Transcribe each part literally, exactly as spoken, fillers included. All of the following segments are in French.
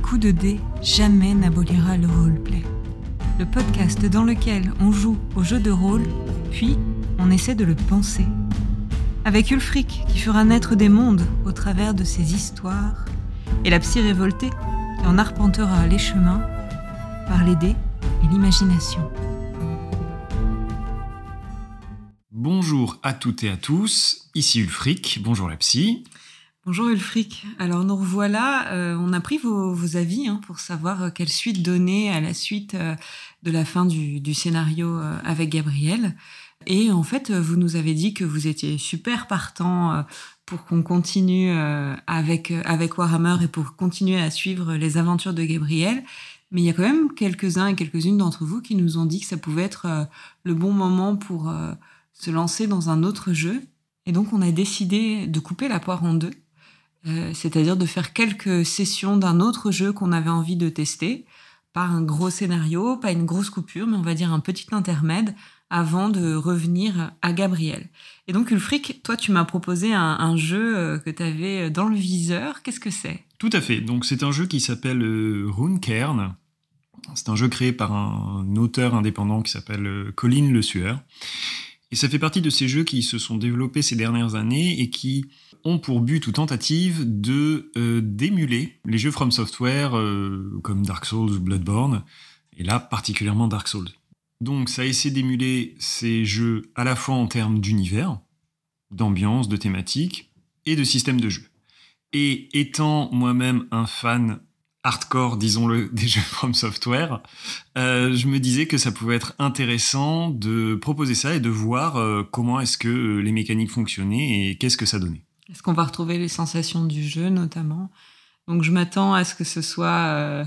coup de dé jamais n'abolira le roleplay. Le podcast dans lequel on joue au jeu de rôle, puis on essaie de le penser. Avec Ulfric qui fera naître des mondes au travers de ses histoires, et la psy révoltée qui en arpentera les chemins par les dés et l'imagination. Bonjour à toutes et à tous, ici Ulfric, bonjour la psy. Bonjour Ulfric, alors nous revoilà, euh, on a pris vos, vos avis hein, pour savoir quelle suite donner à la suite euh, de la fin du, du scénario euh, avec Gabriel. Et en fait, vous nous avez dit que vous étiez super partant euh, pour qu'on continue euh, avec, avec Warhammer et pour continuer à suivre les aventures de Gabriel. Mais il y a quand même quelques-uns et quelques-unes d'entre vous qui nous ont dit que ça pouvait être euh, le bon moment pour euh, se lancer dans un autre jeu. Et donc, on a décidé de couper la poire en deux. Euh, c'est-à-dire de faire quelques sessions d'un autre jeu qu'on avait envie de tester, pas un gros scénario, pas une grosse coupure, mais on va dire un petit intermède avant de revenir à Gabriel. Et donc Ulfric, toi tu m'as proposé un, un jeu que tu avais dans le viseur, qu'est-ce que c'est ? Tout à fait, donc c'est un jeu qui s'appelle euh, Runecairn. C'est un jeu créé par un auteur indépendant qui s'appelle euh, Colin Le Sueur. Et ça fait partie de ces jeux qui se sont développés ces dernières années et qui ont pour but ou tentative de euh, d'émuler les jeux From Software euh, comme Dark Souls ou Bloodborne, et là particulièrement Dark Souls. Donc ça essaie d'émuler ces jeux à la fois en termes d'univers, d'ambiance, de thématique et de système de jeu. Et étant moi-même un fan hardcore, disons-le, des jeux From Software, euh, je me disais que ça pouvait être intéressant de proposer ça et de voir euh, comment est-ce que euh, les mécaniques fonctionnaient et qu'est-ce que ça donnait. Est-ce qu'on va retrouver les sensations du jeu, notamment ? Donc je m'attends à ce que ce soit euh,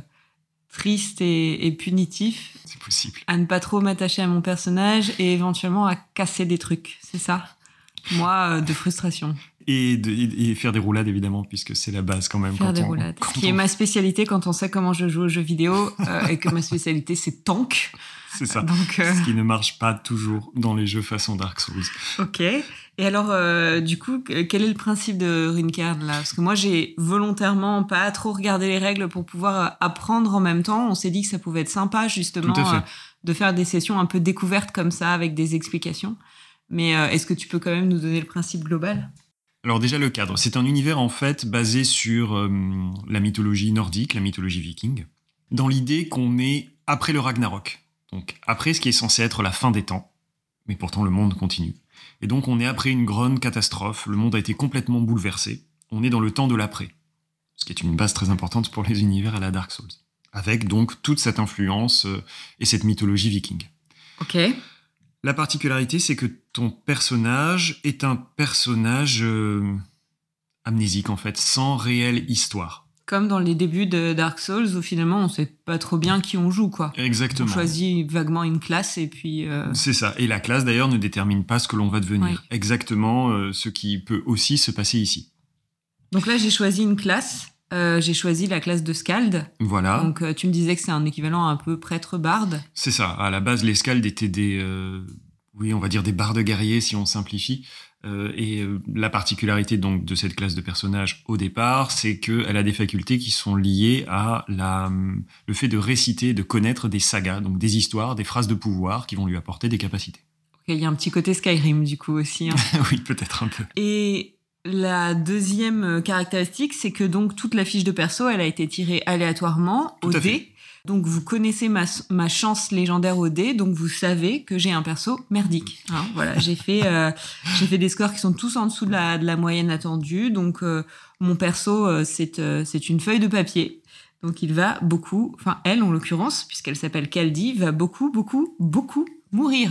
triste et, et punitif. C'est possible. À ne pas trop m'attacher à mon personnage et éventuellement à casser des trucs, c'est ça ? Moi, euh, de frustration. Et, de, et faire des roulades, évidemment, puisque c'est la base quand même. Faire quand des on, roulades. quand Ce qui on... est ma spécialité quand on sait comment je joue aux jeux vidéo euh, et que ma spécialité, c'est tank. C'est ça. Donc, euh... Ce qui ne marche pas toujours dans les jeux façon Dark Souls. Ok. Et alors, euh, du coup, quel est le principe de Runecairn, là ? Parce que moi, j'ai volontairement pas trop regardé les règles pour pouvoir apprendre en même temps. On s'est dit que ça pouvait être sympa, justement, euh, de faire des sessions un peu découvertes comme ça, avec des explications. Mais euh, est-ce que tu peux quand même nous donner le principe global ? Alors déjà, le cadre. C'est un univers, en fait, basé sur euh, la mythologie nordique, la mythologie viking, dans l'idée qu'on est après le Ragnarok. Donc, après ce qui est censé être la fin des temps. Mais pourtant, le monde continue. Et donc, on est après une grande catastrophe. Le monde a été complètement bouleversé. On est dans le temps de l'après. Ce qui est une base très importante pour les univers à la Dark Souls. Avec donc toute cette influence euh, et cette mythologie viking. Ok. La particularité, c'est que ton personnage est un personnage euh, amnésique, en fait, sans réelle histoire. Comme dans les débuts de Dark Souls, où finalement, on sait pas trop bien qui on joue, quoi. Exactement. On choisit vaguement une classe et puis... Euh... C'est ça. Et la classe, d'ailleurs, ne détermine pas ce que l'on va devenir. Oui. Exactement euh, ce qui peut aussi se passer ici. Donc là, j'ai choisi une classe. Euh, j'ai choisi la classe de Skald. Voilà. Donc, euh, tu me disais que c'est un équivalent un peu prêtre-barde. C'est ça. À la base, les Skalds étaient des... Euh, oui, on va dire des bardes guerriers, si on simplifie. Euh, et euh, la particularité donc de cette classe de personnages au départ, c'est qu'elle a des facultés qui sont liées à la, le fait de réciter, de connaître des sagas, donc des histoires, des phrases de pouvoir qui vont lui apporter des capacités. Il okay, y a un petit côté Skyrim, du coup, aussi. Hein. Oui, peut-être un peu. Et... La deuxième caractéristique, c'est que donc toute la fiche de perso, elle a été tirée aléatoirement au dé. Donc vous connaissez ma, ma chance légendaire au dé, donc vous savez que j'ai un perso merdique. Hein, voilà, j'ai fait euh, j'ai fait des scores qui sont tous en dessous de la de la moyenne attendue. Donc euh, mon perso euh, c'est euh, c'est une feuille de papier. Donc il va beaucoup, enfin elle en l'occurrence, puisqu'elle s'appelle Kaldi, va beaucoup beaucoup beaucoup mourir.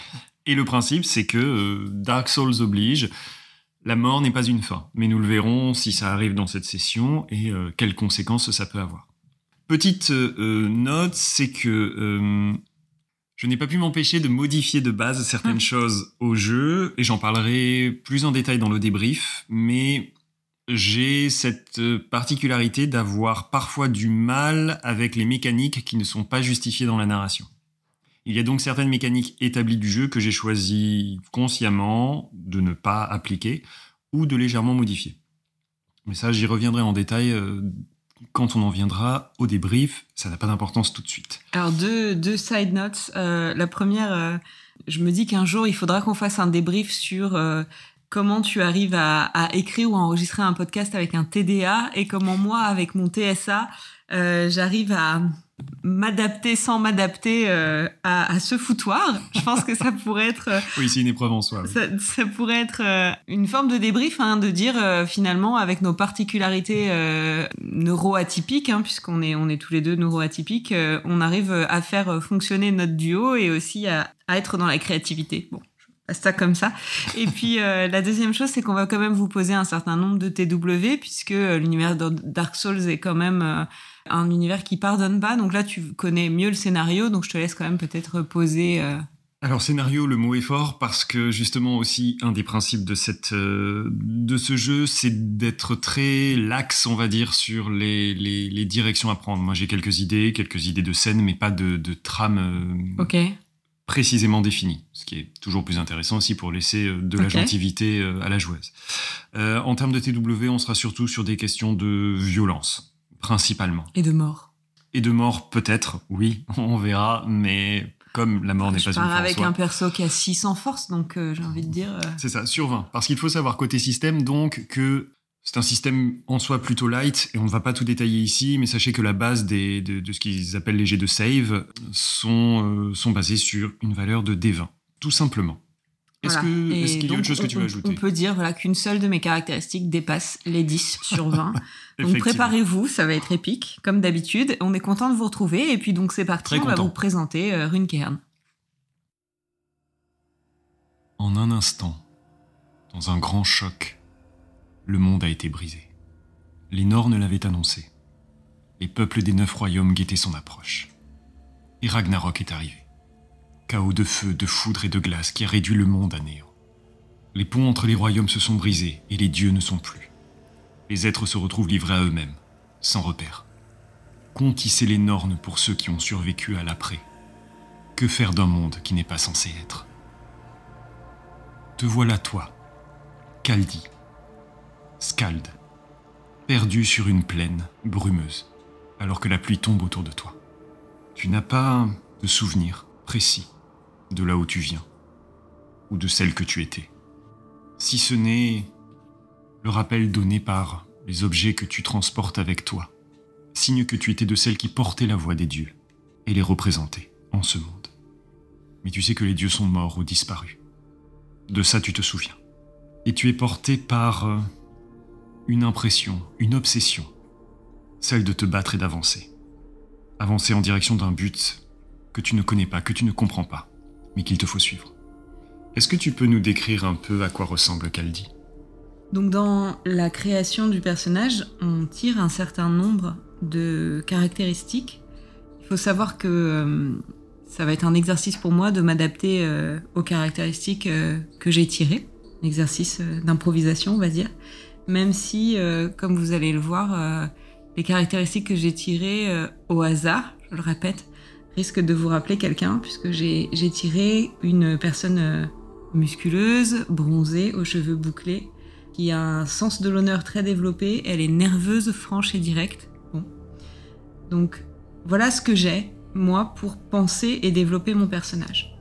Et le principe, c'est que euh, Dark Souls oblige. La mort n'est pas une fin, mais nous le verrons si ça arrive dans cette session et euh, quelles conséquences ça peut avoir. Petite euh, note, c'est que euh, je n'ai pas pu m'empêcher de modifier de base certaines mmh. choses au jeu, et j'en parlerai plus en détail dans le débrief, mais j'ai cette particularité d'avoir parfois du mal avec les mécaniques qui ne sont pas justifiées dans la narration. Il y a donc certaines mécaniques établies du jeu que j'ai choisi consciemment de ne pas appliquer ou de légèrement modifier. Mais ça, j'y reviendrai en détail euh, quand on en viendra au débrief, ça n'a pas d'importance tout de suite. Alors, deux, deux side notes. Euh, la première, euh, je me dis qu'un jour, il faudra qu'on fasse un débrief sur euh, comment tu arrives à, à écrire ou à enregistrer un podcast avec un T D A et comment moi, avec mon T S A, euh, j'arrive à m'adapter sans m'adapter euh, à, à ce foutoir. Je pense que ça pourrait être... Euh, oui, c'est une épreuve en soi. Oui. Ça, ça pourrait être euh, une forme de débrief, hein, de dire euh, finalement, avec nos particularités euh, neuroatypiques, hein, puisqu'on est, on est tous les deux neuroatypiques, euh, on arrive à faire fonctionner notre duo et aussi à, à être dans la créativité. Bon, je passe ça comme ça. Et puis, euh, la deuxième chose, c'est qu'on va quand même vous poser un certain nombre de T W, puisque euh, l'univers de Dark Souls est quand même... Euh, un univers qui pardonne pas. Donc là, tu connais mieux le scénario, donc je te laisse quand même peut-être poser... Euh... Alors, scénario, le mot est fort, parce que justement aussi, un des principes de, cette, euh, de ce jeu, c'est d'être très lax, on va dire, sur les, les, les directions à prendre. Moi, j'ai quelques idées, quelques idées de scène, mais pas de, de trame euh, okay. précisément définie, ce qui est toujours plus intéressant aussi pour laisser de la okay. gentilité euh, à la joueuse. Euh, en termes de T W, on sera surtout sur des questions de violence. Principalement. Et de mort. Et de mort, peut-être, oui, on verra, mais comme la mort n'est pas une fin en soi... Je pars avec un perso qui a six en force, donc euh, j'ai envie de dire... Euh... C'est ça, sur vingt. Parce qu'il faut savoir, côté système, donc, que c'est un système en soi plutôt light, et on ne va pas tout détailler ici, mais sachez que la base des, de, de ce qu'ils appellent les jets de save sont, euh, sont basés sur une valeur de D vingt, tout simplement. Est-ce, voilà. que, est-ce qu'il y a donc, autre chose on, que tu veux ajouter ? On peut dire voilà, qu'une seule de mes caractéristiques dépasse les dix sur vingt. Donc préparez-vous, ça va être épique, comme d'habitude. On est content de vous retrouver, et puis donc c'est parti, Très on content. va vous présenter euh, Runekern. En un instant, dans un grand choc, le monde a été brisé. Les Nornes l'avaient annoncé. Les peuples des neuf royaumes guettaient son approche. Et Ragnarok est arrivé. Chaos de feu, de foudre et de glace qui a réduit le monde à néant. Les ponts entre les royaumes se sont brisés et les dieux ne sont plus. Les êtres se retrouvent livrés à eux-mêmes, sans repère. Qu'ont tissé les Nornes pour ceux qui ont survécu à l'après ? Que faire d'un monde qui n'est pas censé être ? Te voilà toi, Kaldi, Skald, perdu sur une plaine brumeuse, alors que la pluie tombe autour de toi. Tu n'as pas de souvenir précis de là où tu viens, ou de celle que tu étais, si ce n'est le rappel donné par les objets que tu transportes avec toi, signe que tu étais de celles qui portaient la voix des dieux et les représentaient en ce monde. Mais tu sais que les dieux sont morts ou disparus. De ça tu te souviens. Et tu es porté par euh, une impression, une obsession, celle de te battre et d'avancer. Avancer en direction d'un but que tu ne connais pas, que tu ne comprends pas, mais qu'il te faut suivre. Est-ce que tu peux nous décrire un peu à quoi ressemble Kaldi ? Donc dans la création du personnage, on tire un certain nombre de caractéristiques. Il faut savoir que euh, ça va être un exercice pour moi de m'adapter euh, aux caractéristiques euh, que j'ai tirées. Un exercice euh, d'improvisation, on va dire. Même si, euh, comme vous allez le voir, euh, les caractéristiques que j'ai tirées euh, au hasard, je le répète, risquent de vous rappeler quelqu'un, puisque j'ai, j'ai tiré une personne euh, musculeuse, bronzée, aux cheveux bouclés, qui a un sens de l'honneur très développé. Elle est nerveuse, franche et directe. Bon. Donc, voilà ce que j'ai, moi, pour penser et développer mon personnage.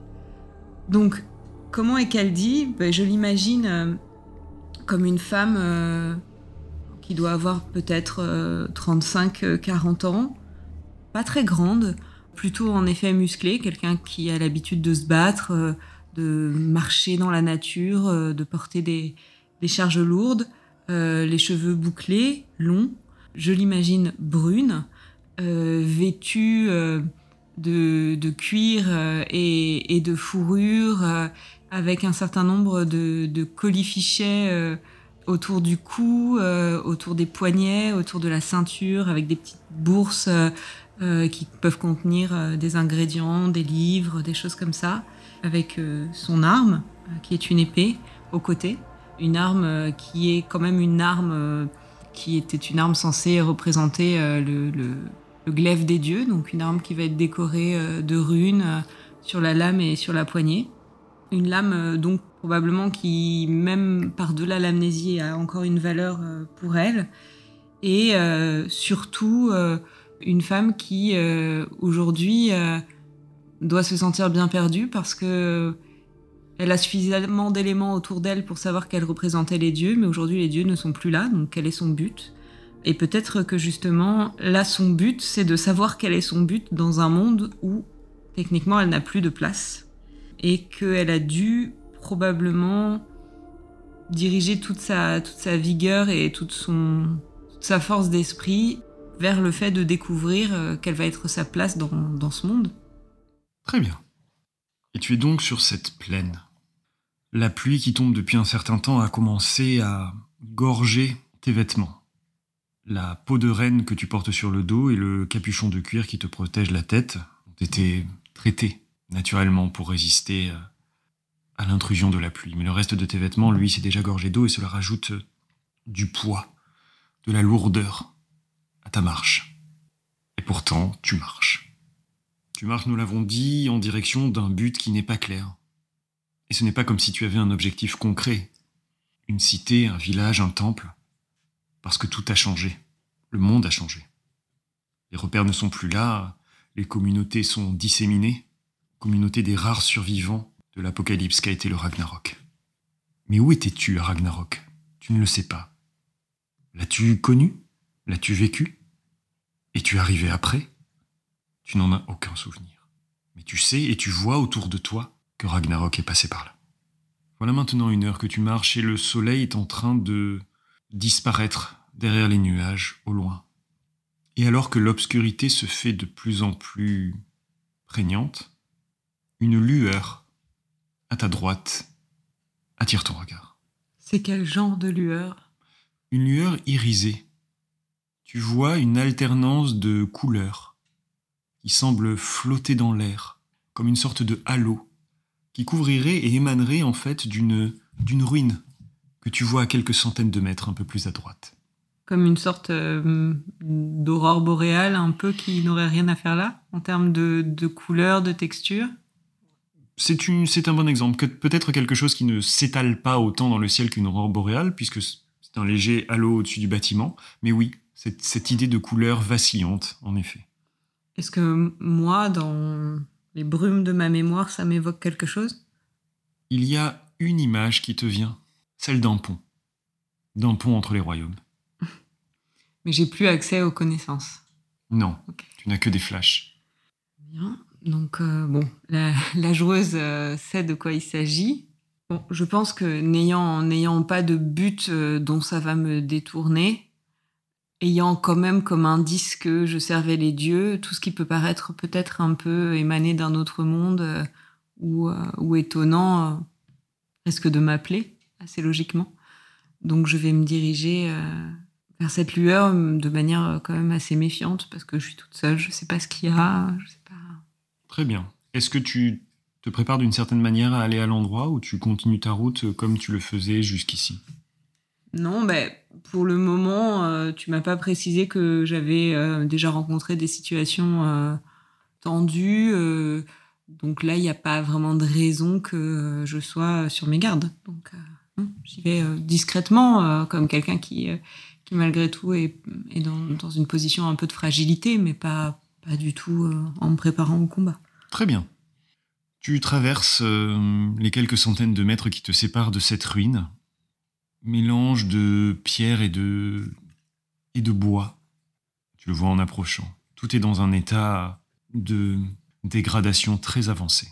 Donc, comment est Kaldi ? Ben, je l'imagine euh, comme une femme euh, qui doit avoir peut-être euh, trente-cinq à quarante ans, pas très grande, plutôt en effet musclée, quelqu'un qui a l'habitude de se battre, euh, de marcher dans la nature, euh, de porter des, des charges lourdes, euh, les cheveux bouclés, longs. Je l'imagine brune, euh, vêtue euh, de, de cuir euh, et, et de fourrure, euh, avec un certain nombre de, de colifichets euh, autour du cou, euh, autour des poignets, autour de la ceinture, avec des petites bourses euh, euh, qui peuvent contenir euh, des ingrédients, des livres, des choses comme ça, avec euh, son arme, euh, qui est une épée, au côté. Une arme euh, qui est quand même une arme euh, qui était une arme censée représenter euh, le, le, le glaive des dieux, donc une arme qui va être décorée euh, de runes euh, sur la lame et sur la poignée. Une lame euh, donc probablement qui, même par-delà l'amnésie, a encore une valeur euh, pour elle. Et euh, surtout, euh, une femme qui, euh, aujourd'hui, euh, doit se sentir bien perdue parce que elle a suffisamment d'éléments autour d'elle pour savoir qu'elle représentait les dieux, mais aujourd'hui, les dieux ne sont plus là, donc quel est son but ? Et peut-être que justement, là, son but, c'est de savoir quel est son but dans un monde où, techniquement, elle n'a plus de place. Et qu'elle a dû probablement diriger toute sa, toute sa vigueur et toute, son, toute sa force d'esprit vers le fait de découvrir euh, quelle va être sa place dans, dans ce monde. Très bien. Et tu es donc sur cette plaine. La pluie qui tombe depuis un certain temps a commencé à gorger tes vêtements. La peau de renne que tu portes sur le dos et le capuchon de cuir qui te protège la tête ont été traités naturellement pour résister à l'intrusion de la pluie. Mais le reste de tes vêtements, lui, s'est déjà gorgé d'eau et cela rajoute du poids, de la lourdeur à ta marche. Et pourtant, tu marches. Tu marches, nous l'avons dit, en direction d'un but qui n'est pas clair. Et ce n'est pas comme si tu avais un objectif concret. Une cité, un village, un temple. Parce que tout a changé. Le monde a changé. Les repères ne sont plus là. Les communautés sont disséminées. Communautés des rares survivants de l'apocalypse qu'a été le Ragnarok. Mais où étais-tu à Ragnarok ? Tu ne le sais pas. L'as-tu connu ? L'as-tu vécu ? Es-tu arrivé après ? Tu n'en as aucun souvenir. Mais tu sais et tu vois autour de toi que Ragnarok est passé par là. Voilà maintenant une heure que tu marches et le soleil est en train de disparaître derrière les nuages au loin. Et alors que l'obscurité se fait de plus en plus prégnante, une lueur à ta droite attire ton regard. C'est quel genre de lueur ? Une lueur irisée. Tu vois une alternance de couleurs qui semble flotter dans l'air, comme une sorte de halo qui couvrirait et émanerait en fait d'une, d'une ruine que tu vois à quelques centaines de mètres un peu plus à droite. Comme une sorte euh, d'aurore boréale un peu qui n'aurait rien à faire là, en termes de, de couleur, de texture. C'est, une, c'est un bon exemple. Que, peut-être quelque chose qui ne s'étale pas autant dans le ciel qu'une aurore boréale, puisque c'est un léger halo au-dessus du bâtiment. Mais oui, c'est cette idée de couleur vacillante, en effet. Est-ce que moi, dans les brumes de ma mémoire, ça m'évoque quelque chose ? Il y a une image qui te vient, celle d'un pont. D'un pont entre les royaumes. Mais j'ai plus accès aux connaissances. Non, Okay. Tu n'as que des flashs. Bien. Donc, euh, bon, la, la joueuse euh, sait de quoi il s'agit. Bon, je pense que n'ayant, n'ayant pas de but euh, dont ça va me détourner, ayant quand même comme indice que je servais les dieux, tout ce qui peut paraître peut-être un peu émané d'un autre monde euh, ou, euh, ou étonnant euh, risque de m'appeler, assez logiquement. Donc, je vais me diriger euh, vers cette lueur de manière euh, quand même assez méfiante parce que je suis toute seule, je sais pas ce qu'il y a, je sais pas... Très bien. Est-ce que tu te prépares d'une certaine manière à aller à l'endroit ou tu continues ta route comme tu le faisais jusqu'ici ? Non, ben, pour le moment, euh, tu m'as pas précisé que j'avais euh, déjà rencontré des situations euh, tendues. Euh, donc là, il n'y a pas vraiment de raison que euh, je sois sur mes gardes. Donc euh, j'y vais euh, discrètement, euh, comme quelqu'un qui, euh, qui malgré tout, est, est dans, dans une position un peu de fragilité, mais pas, pas du tout euh, en me préparant au combat. Très bien. Tu traverses euh, les quelques centaines de mètres qui te séparent de cette ruine. Mélange de pierre et de, et de bois. Tu le vois en approchant. Tout est dans un état de dégradation très avancé.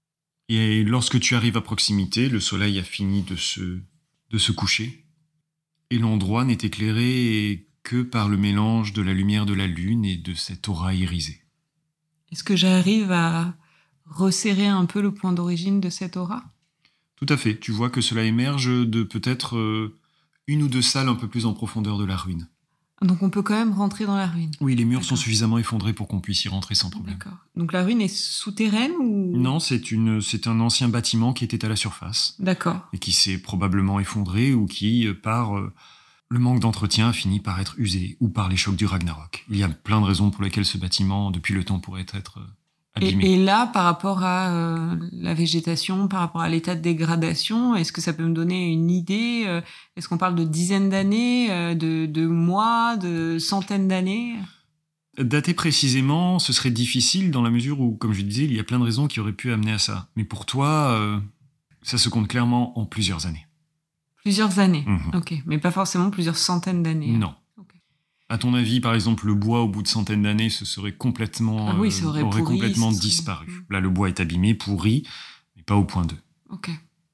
Et lorsque tu arrives à proximité, le soleil a fini de se, de se coucher. Et l'endroit n'est éclairé que par le mélange de la lumière de la lune et de cette aura irisée. Est-ce que j'arrive à resserrer un peu le point d'origine de cette aura ? Tout à fait. Tu vois que cela émerge de peut-être euh, une ou deux salles un peu plus en profondeur de la ruine. Donc on peut quand même rentrer dans la ruine. Oui, les murs D'accord. sont suffisamment effondrés pour qu'on puisse y rentrer sans problème. D'accord. Donc la ruine est souterraine ou... Non, c'est, une, c'est un ancien bâtiment qui était à la surface. D'accord. Et qui s'est probablement effondré ou qui, par euh, le manque d'entretien, a fini par être usé ou par les chocs du Ragnarok. Il y a plein de raisons pour lesquelles ce bâtiment, depuis le temps, pourrait être euh, abîmé. Et, et là, par rapport à euh, la végétation, par rapport à l'état de dégradation, est-ce que ça peut me donner une idée euh, Est-ce qu'on parle de dizaines d'années, euh, de, de mois, de centaines d'années? Dater précisément, ce serait difficile dans la mesure où, comme je disais, il y a plein de raisons qui auraient pu amener à ça. Mais pour toi, euh, ça se compte clairement en plusieurs années. Plusieurs années, Mmh. ok. Mais pas forcément plusieurs centaines d'années. Non. Okay. À ton avis, par exemple, le bois, au bout de centaines d'années, ce serait complètement, ah oui, ça aurait, euh, aurait pourri, complètement ça serait... disparu. Mmh. Là, le bois est abîmé, pourri, mais pas au point deux. Ok.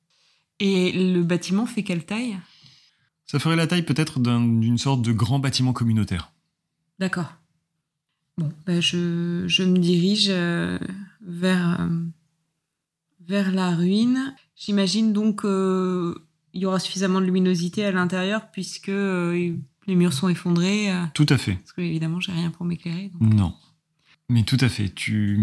Et le bâtiment fait quelle taille? Ça ferait la taille peut-être d'un, d'une sorte de grand bâtiment communautaire. D'accord. Bon, ben je, je me dirige euh, vers, euh, vers la ruine. J'imagine donc qu'il euh, y aura suffisamment de luminosité à l'intérieur puisque euh, les murs sont effondrés. Euh, Tout à fait. parce que évidemment, j'ai rien pour m'éclairer. Donc... Non. Mais tout à fait. Tu...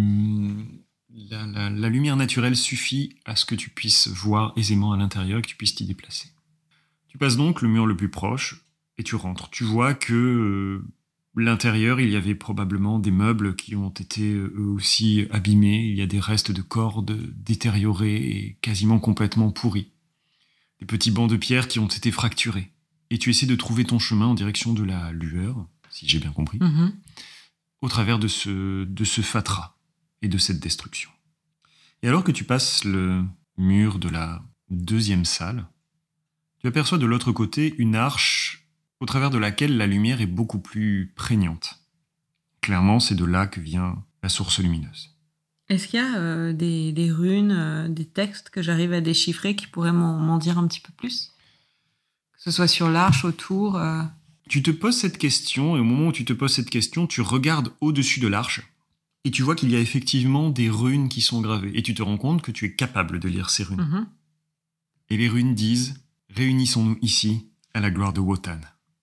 La, la, la lumière naturelle suffit à ce que tu puisses voir aisément à l'intérieur et que tu puisses t'y déplacer. Tu passes donc le mur le plus proche et tu rentres. Tu vois que euh, l'intérieur, il y avait probablement des meubles qui ont été eux aussi abîmés. Il y a des restes de cordes détériorés et quasiment complètement pourris. Des petits bancs de pierre qui ont été fracturés. Et tu essaies de trouver ton chemin en direction de la lueur, si j'ai bien compris, Mm-hmm. au travers de ce, de ce fatras et de cette destruction. Et alors que tu passes le mur de la deuxième salle, tu aperçois de l'autre côté une arche au travers de laquelle la lumière est beaucoup plus prégnante. Clairement, c'est de là que vient la source lumineuse. Est-ce qu'il y a euh, des, des runes, euh, des textes que j'arrive à déchiffrer qui pourraient m'en, m'en dire un petit peu plus? Que ce soit sur l'arche, autour... Euh... Tu te poses cette question, et au moment où tu te poses cette question, tu regardes au-dessus de l'arche, et tu vois qu'il y a effectivement des runes qui sont gravées, et tu te rends compte que tu es capable de lire ces runes. Mm-hmm. Et les runes disent « Réunissons-nous ici à la gloire de Wotan ».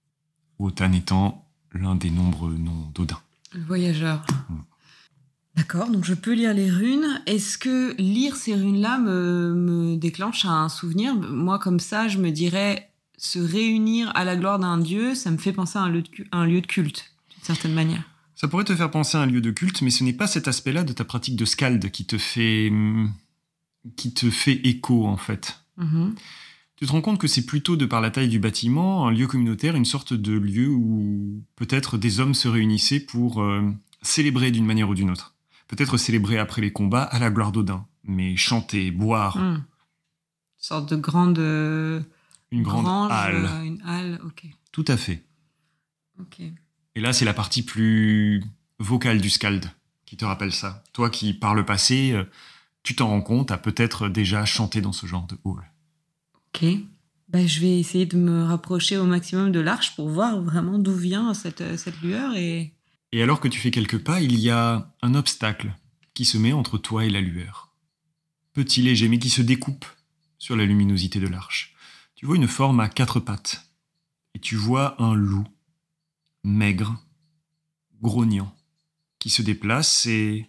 Wotan étant l'un des nombreux noms d'Odin. Le voyageur. Mm. D'accord, donc je peux lire les runes. Est-ce que lire ces runes-là me, me déclenche un souvenir? Moi, comme ça, je me dirais... Se réunir à la gloire d'un dieu, ça me fait penser à un lieu de, cu- un lieu de culte, d'une certaine manière. Ça pourrait te faire penser à un lieu de culte, mais ce n'est pas cet aspect-là de ta pratique de skald qui te fait, qui te fait écho, en fait. Mm-hmm. Tu te rends compte que c'est plutôt, de par la taille du bâtiment, un lieu communautaire, une sorte de lieu où peut-être des hommes se réunissaient pour euh, célébrer d'une manière ou d'une autre. Peut-être célébrer après les combats à la gloire d'Odin, mais chanter, boire. Mm. Une sorte de grande... Euh... Une grande Grange, halle. Euh, une halle, ok. Tout à fait. Ok. Et là, c'est la partie plus vocale du skald qui te rappelle ça. Toi qui, par le passé, tu t'en rends compte, as peut-être déjà chanté dans ce genre de hall. Ok. Bah, je vais essayer de me rapprocher au maximum de l'arche pour voir vraiment d'où vient cette, cette lueur. Et... et alors que tu fais quelques pas, il y a un obstacle qui se met entre toi et la lueur. Petit, léger, mais qui se découpe sur la luminosité de l'arche. Tu vois une forme à quatre pattes, et tu vois un loup, maigre, grognant, qui se déplace et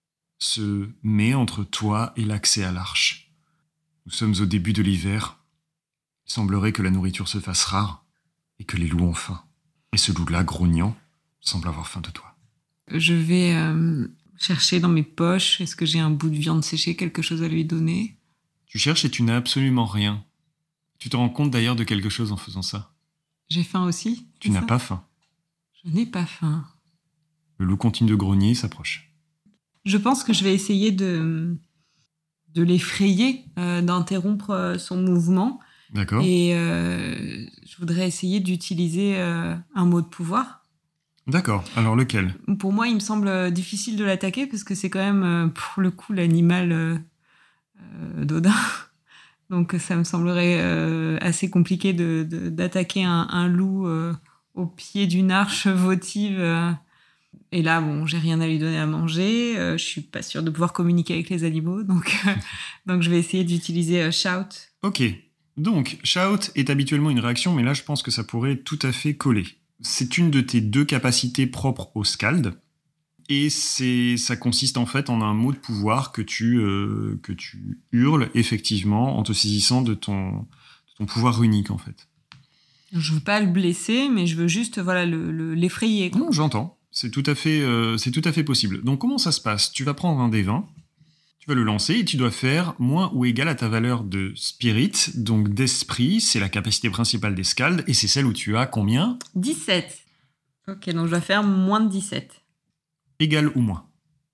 se met entre toi et l'accès à l'arche. Nous sommes au début de l'hiver. Il semblerait que la nourriture se fasse rare, et que les loups ont faim. Et ce loup-là, grognant, semble avoir faim de toi. Je vais euh, chercher dans mes poches, est-ce que j'ai un bout de viande séchée, quelque chose à lui donner? Tu cherches et tu n'as absolument rien. Tu te rends compte d'ailleurs de quelque chose en faisant ça. J'ai faim aussi? Tu n'as pas faim. Je n'ai pas faim. Le loup continue de grogner et s'approche. Je pense que je vais essayer de, de l'effrayer, euh, d'interrompre euh, son mouvement. D'accord. Et euh, je voudrais essayer d'utiliser euh, un mot de pouvoir. D'accord. Alors lequel? Pour moi, il me semble difficile de l'attaquer parce que c'est quand même, euh, pour le coup, l'animal euh, euh, d'Odin. Donc ça me semblerait euh, assez compliqué de, de, d'attaquer un, un loup euh, au pied d'une arche votive. Euh. Et là, bon, j'ai rien à lui donner à manger. Euh, je suis pas sûre de pouvoir communiquer avec les animaux. Donc, euh, donc je vais essayer d'utiliser euh, Shout. Ok. Donc, Shout est habituellement une réaction, mais là, je pense que ça pourrait tout à fait coller. C'est une de tes deux capacités propres au skald. Et c'est, ça consiste en fait en un mot de pouvoir que tu, euh, que tu hurles effectivement en te saisissant de ton, de ton pouvoir unique en fait. Je veux pas le blesser, mais je veux juste voilà, le, le, l'effrayer. Quoi. Non, j'entends. C'est tout à fait, euh, c'est tout à fait possible. Donc, comment ça se passe ? Tu vas prendre un dé vingt, tu vas le lancer et tu dois faire moins ou égal à ta valeur de spirit. Donc, d'esprit, c'est la capacité principale des Skalds et c'est celle où tu as combien ? dix-sept. Ok, donc je dois faire moins de dix-sept. Égal ou moins ?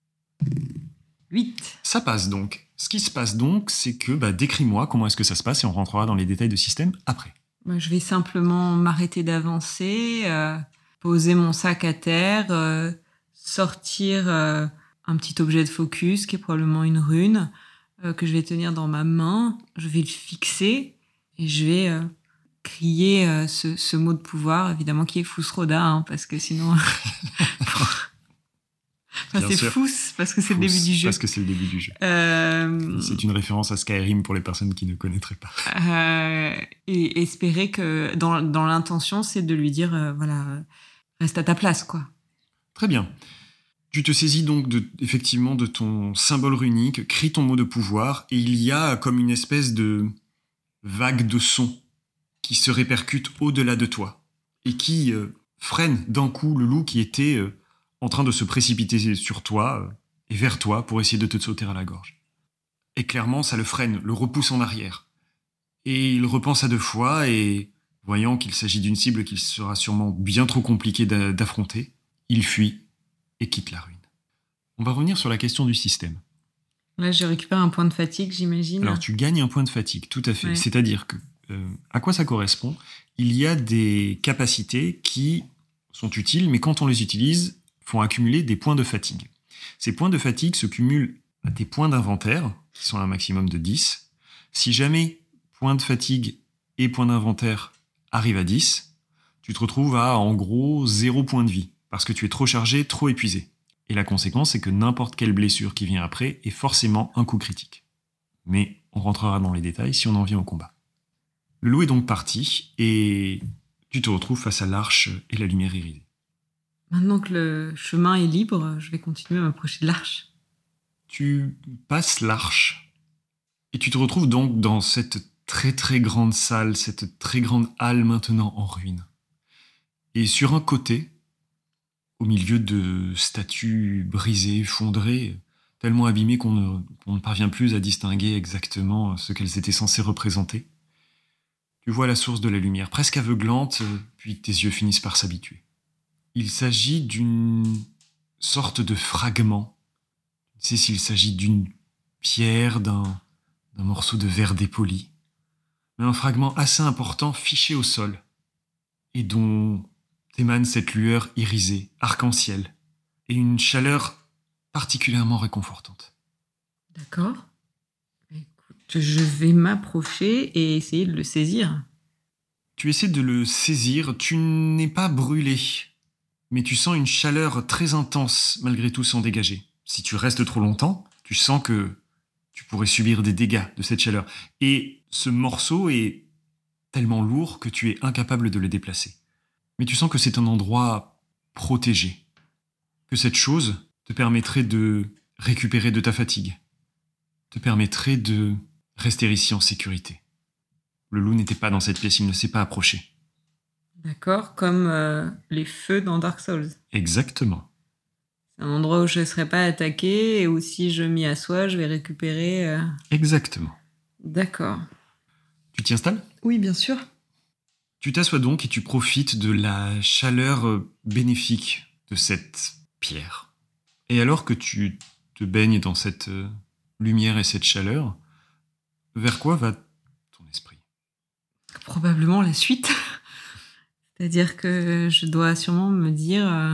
huit. Ça passe donc. Ce qui se passe donc, c'est que bah, décris-moi comment est-ce que ça se passe et on rentrera dans les détails de système après. Moi, je vais simplement m'arrêter d'avancer, euh, poser mon sac à terre, euh, sortir euh, un petit objet de focus qui est probablement une rune euh, que je vais tenir dans ma main. Je vais le fixer et je vais euh, crier euh, ce, ce mot de pouvoir, évidemment qui est Fusroda, hein, parce que sinon... Enfin, c'est sûr. Fous, parce que c'est Fous, le début du jeu. Parce que c'est le début du jeu. Euh... C'est une référence à Skyrim pour les personnes qui ne connaîtraient pas. Euh, et espérer que, dans, dans l'intention, c'est de lui dire, euh, voilà, reste à ta place, quoi. Très bien. Tu te saisis donc de, effectivement de ton symbole runique, crie ton mot de pouvoir, et il y a comme une espèce de vague de son qui se répercute au-delà de toi, et qui euh, freine d'un coup le loup qui était... Euh, en train de se précipiter sur toi euh, et vers toi pour essayer de te sauter à la gorge. Et clairement, ça le freine, le repousse en arrière. Et il repense à deux fois et, voyant qu'il s'agit d'une cible qu'il sera sûrement bien trop compliqué d'a- d'affronter, il fuit et quitte la ruine. On va revenir sur la question du système. Là, je récupère un point de fatigue, j'imagine. Alors, tu gagnes un point de fatigue, tout à fait. Ouais. C'est-à-dire que, euh, à quoi ça correspond ? Il y a des capacités qui sont utiles, mais quand on les utilise, font accumuler des points de fatigue. Ces points de fatigue se cumulent à tes points d'inventaire, qui sont un maximum de dix. Si jamais points de fatigue et points d'inventaire arrivent à dix, tu te retrouves à, en gros, zéro point de vie, parce que tu es trop chargé, trop épuisé. Et la conséquence, c'est que n'importe quelle blessure qui vient après est forcément un coup critique. Mais on rentrera dans les détails si on en vient au combat. Le loup est donc parti, et tu te retrouves face à l'arche et la lumière irisée. Maintenant que le chemin est libre, je vais continuer à m'approcher de l'arche. Tu passes l'arche et tu te retrouves donc dans cette très très grande salle, cette très grande halle maintenant en ruine. Et sur un côté, au milieu de statues brisées, effondrées, tellement abîmées qu'on ne, qu'on ne parvient plus à distinguer exactement ce qu'elles étaient censées représenter, tu vois la source de la lumière, presque aveuglante, puis tes yeux finissent par s'habituer. Il s'agit d'une sorte de fragment. Tu sais s'il s'agit d'une pierre, d'un, d'un morceau de verre dépoli, mais un fragment assez important fiché au sol, et dont émane cette lueur irisée, arc-en-ciel, et une chaleur particulièrement réconfortante. D'accord. Écoute, je vais m'approcher et essayer de le saisir. Tu essaies de le saisir, tu n'es pas brûlé, mais tu sens une chaleur très intense malgré tout s'en dégager. Si tu restes trop longtemps, tu sens que tu pourrais subir des dégâts de cette chaleur. Et ce morceau est tellement lourd que tu es incapable de le déplacer. Mais tu sens que c'est un endroit protégé, que cette chose te permettrait de récupérer de ta fatigue, te permettrait de rester ici en sécurité. Le loup n'était pas dans cette pièce, il ne s'est pas approché. D'accord, comme euh, les feux dans Dark Souls. Exactement. C'est un endroit où je ne serai pas attaqué et où si je m'y assois, je vais récupérer... Euh... Exactement. D'accord. Tu t'y installes ? Oui, bien sûr. Tu t'assois donc et tu profites de la chaleur bénéfique de cette pierre. Et alors que tu te baignes dans cette lumière et cette chaleur, vers quoi va ton esprit ? Probablement la suite. C'est-à-dire que je dois sûrement me dire euh,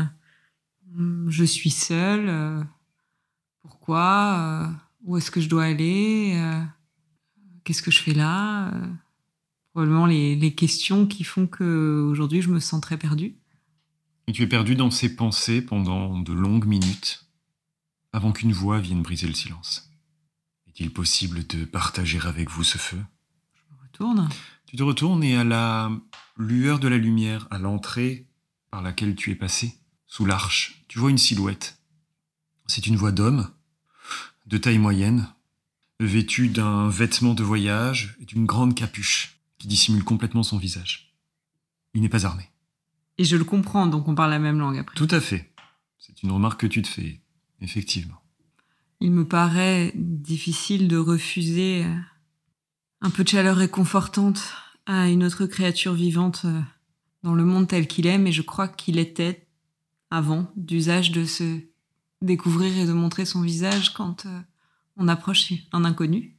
je suis seule, euh, pourquoi, euh, où est-ce que je dois aller, euh, qu'est-ce que je fais là euh, probablement les, les questions qui font qu'aujourd'hui je me sens très perdue. Et tu es perdu dans ces pensées pendant de longues minutes, avant qu'une voix vienne briser le silence. Est-il possible de partager avec vous ce feu ? Je me retourne. Tu te retournes et à la lueur de la lumière, à l'entrée par laquelle tu es passé, sous l'arche, tu vois une silhouette. C'est une voix d'homme, de taille moyenne, vêtu d'un vêtement de voyage et d'une grande capuche qui dissimule complètement son visage. Il n'est pas armé. Et je le comprends, donc on parle la même langue après. Tout à fait. C'est une remarque que tu te fais, effectivement. Il me paraît difficile de refuser un peu de chaleur réconfortante à une autre créature vivante dans le monde tel qu'il est, mais je crois qu'il était, avant, d'usage de se découvrir et de montrer son visage quand on approche un inconnu.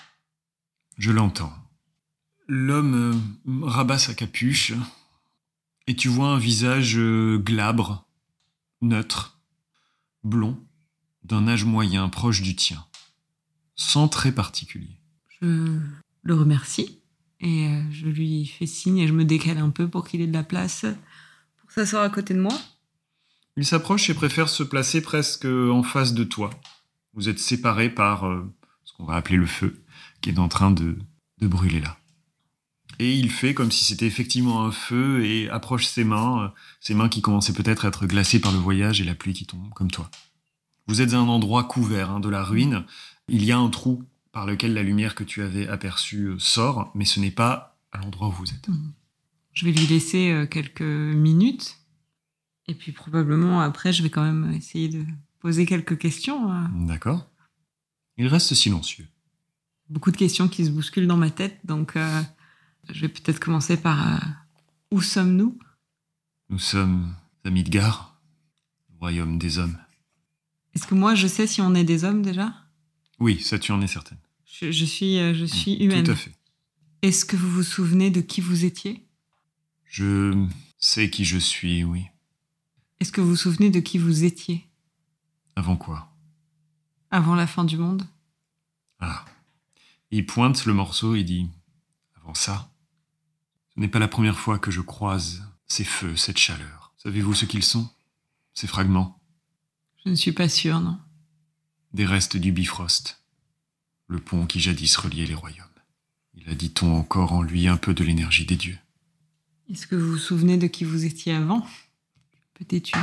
Je l'entends. L'homme euh, rabat sa capuche et tu vois un visage euh, glabre, neutre, blond, d'un âge moyen proche du tien, sans trait particulier. Je le remercie et euh, je lui fais signe et je me décale un peu pour qu'il ait de la place pour s'asseoir à côté de moi. Il s'approche et préfère se placer presque en face de toi. Vous êtes séparés par euh, ce qu'on va appeler le feu, qui est en train de, de brûler là. Et il fait comme si c'était effectivement un feu et approche ses mains, euh, ses mains qui commençaient peut-être à être glacées par le voyage et la pluie qui tombe, comme toi. Vous êtes à un endroit couvert hein, de la ruine. Il y a un trou par lequel la lumière que tu avais aperçue euh, sort, mais ce n'est pas à l'endroit où vous êtes. Je vais lui laisser euh, quelques minutes. Et puis probablement après, je vais quand même essayer de poser quelques questions. euh. D'accord. Il reste silencieux. Beaucoup de questions qui se bousculent dans ma tête, donc euh, je vais peut-être commencer par euh, où sommes-nous ? Nous sommes à Midgard, le royaume des hommes. Est-ce que moi, je sais si on est des hommes déjà ? Oui, ça tu en es certaine. Je, je suis, euh, je suis Mmh, humaine. Tout à fait. Est-ce que vous vous souvenez de qui vous étiez ? Je sais qui je suis, oui. Est-ce que vous vous souvenez de qui vous étiez Avant quoi ? avant la fin du monde ? Ah. Il pointe le morceau et dit « Avant ça, ce n'est pas la première fois que je croise ces feux, cette chaleur. Savez-vous ce qu'ils sont ? Ces fragments ? Je ne suis pas sûre, non. Des restes du Bifrost, le pont qui jadis reliait les royaumes. Il a, dit-on, encore en lui un peu de l'énergie des dieux. Est-ce que vous vous souvenez de qui vous étiez avant ? Peut-être.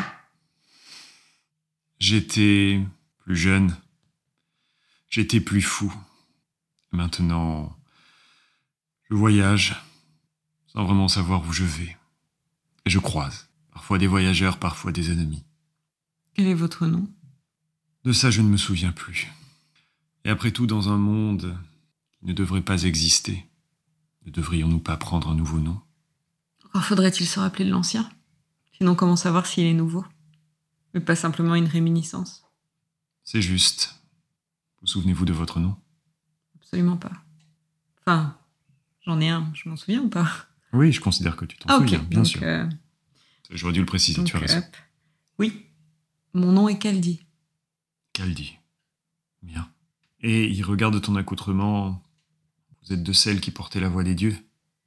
J'étais plus jeune. J'étais plus fou. Maintenant, je voyage sans vraiment savoir où je vais. Et je croise, parfois des voyageurs, parfois des ennemis. Quel est votre nom ? De ça, je ne me souviens plus. Et après tout, dans un monde qui ne devrait pas exister, ne devrions-nous pas prendre un nouveau nom ? Encore faudrait-il se rappeler de l'ancien ? Sinon, comment savoir s'il est nouveau ? Mais pas simplement une réminiscence. C'est juste. Vous souvenez-vous de votre nom ? Absolument pas. Enfin, j'en ai un, je m'en souviens ou pas ? Oui, je considère que tu t'en Ah, souviens, ok, bien donc, sûr. euh, J'aurais dû le préciser, donc, tu as raison. hop. Oui, mon nom est Kaldi. Kaldi. Bien. Et il regarde ton accoutrement. Vous êtes de celles qui portaient la voix des dieux.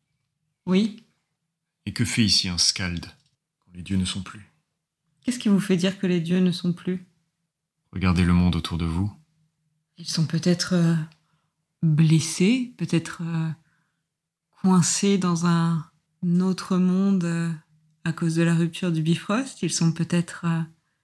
Oui. Et que fait ici un skald quand les dieux ne sont plus ? Qu'est-ce qui vous fait dire que les dieux ne sont plus ? Regardez le monde autour de vous. Ils sont peut-être euh, blessés, peut-être euh, coincés dans un autre monde euh, à cause de la rupture du Bifrost. Ils sont peut-être euh,